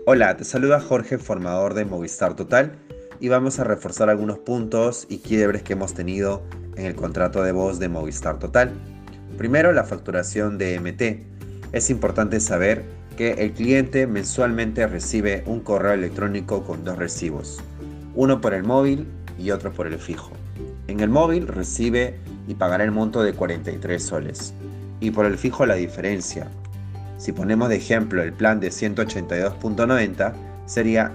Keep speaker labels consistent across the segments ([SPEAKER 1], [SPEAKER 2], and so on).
[SPEAKER 1] Hola, te saluda Jorge, formador de Movistar Total, y vamos a reforzar algunos puntos y quiebres que hemos tenido en el contrato de voz de Movistar Total. Primero, la facturación de MT. Es importante saber que el cliente mensualmente recibe un correo electrónico con dos recibos, uno por el móvil y otro por el fijo. En el móvil recibe y pagará el monto de 43 soles, y por el fijo la diferencia. Si ponemos de ejemplo el plan de 182.90, sería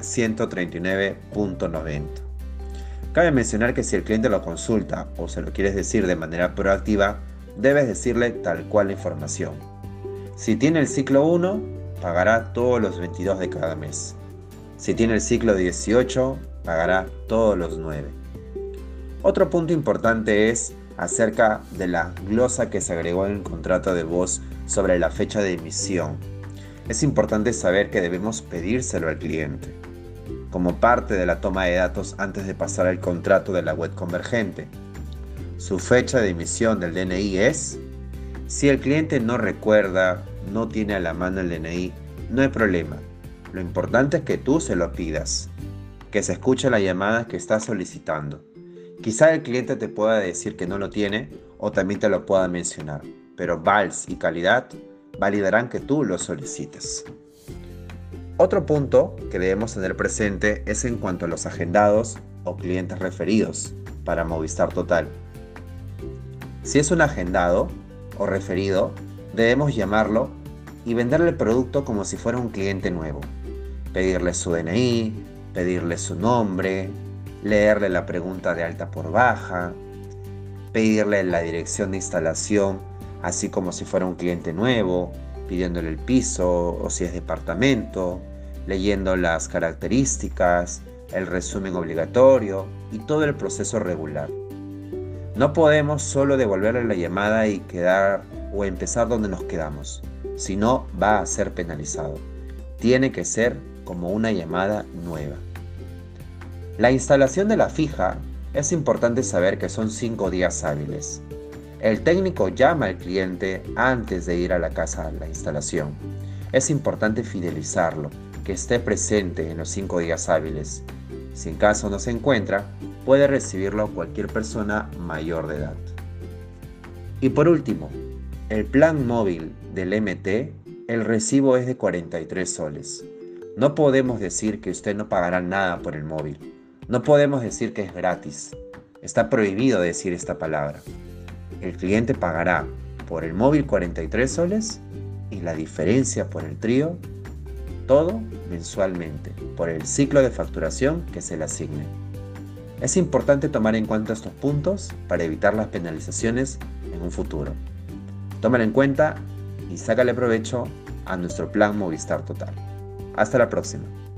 [SPEAKER 1] 139.90. Cabe mencionar que si el cliente lo consulta o se lo quieres decir de manera proactiva, debes decirle tal cual la información. Si tiene el ciclo 1, pagará todos los 22 de cada mes. Si tiene el ciclo 18, pagará todos los 9. Otro punto importante es acerca de la glosa que se agregó en el contrato de voz sobre la fecha de emisión. Es importante saber que debemos pedírselo al cliente, como parte de la toma de datos antes de pasar al contrato de la web convergente. Su fecha de emisión del DNI es... Si el cliente no recuerda, no tiene a la mano el DNI, no hay problema. Lo importante es que tú se lo pidas, que se escuche la llamada que estás solicitando. Quizá el cliente te pueda decir que no lo tiene o también te lo pueda mencionar, pero VALS y calidad validarán que tú lo solicites. Otro punto que debemos tener presente es en cuanto a los agendados o clientes referidos para Movistar Total. Si es un agendado o referido, debemos llamarlo y venderle el producto como si fuera un cliente nuevo. Pedirle su DNI, pedirle su nombre, leerle la pregunta de alta por baja, pedirle la dirección de instalación, así como si fuera un cliente nuevo, pidiéndole el piso o si es departamento, leyendo las características, el resumen obligatorio y todo el proceso regular. No podemos solo devolverle la llamada y quedar o empezar donde nos quedamos, si no va a ser penalizado. Tiene que ser como una llamada nueva. La instalación de la fija es importante saber que son 5 días hábiles. El técnico llama al cliente antes de ir a la casa a la instalación. Es importante fidelizarlo, que esté presente en los 5 días hábiles. Si en caso no se encuentra, puede recibirlo cualquier persona mayor de edad. Y por último, el plan móvil del MT, el recibo es de 43 soles. No podemos decir que usted no pagará nada por el móvil. No podemos decir que es gratis. Está prohibido decir esta palabra. El cliente pagará por el móvil 43 soles y la diferencia por el trío, todo mensualmente, por el ciclo de facturación que se le asigne. Es importante tomar en cuenta estos puntos para evitar las penalizaciones en un futuro. Tómalo en cuenta y sácale provecho a nuestro plan Movistar Total. Hasta la próxima.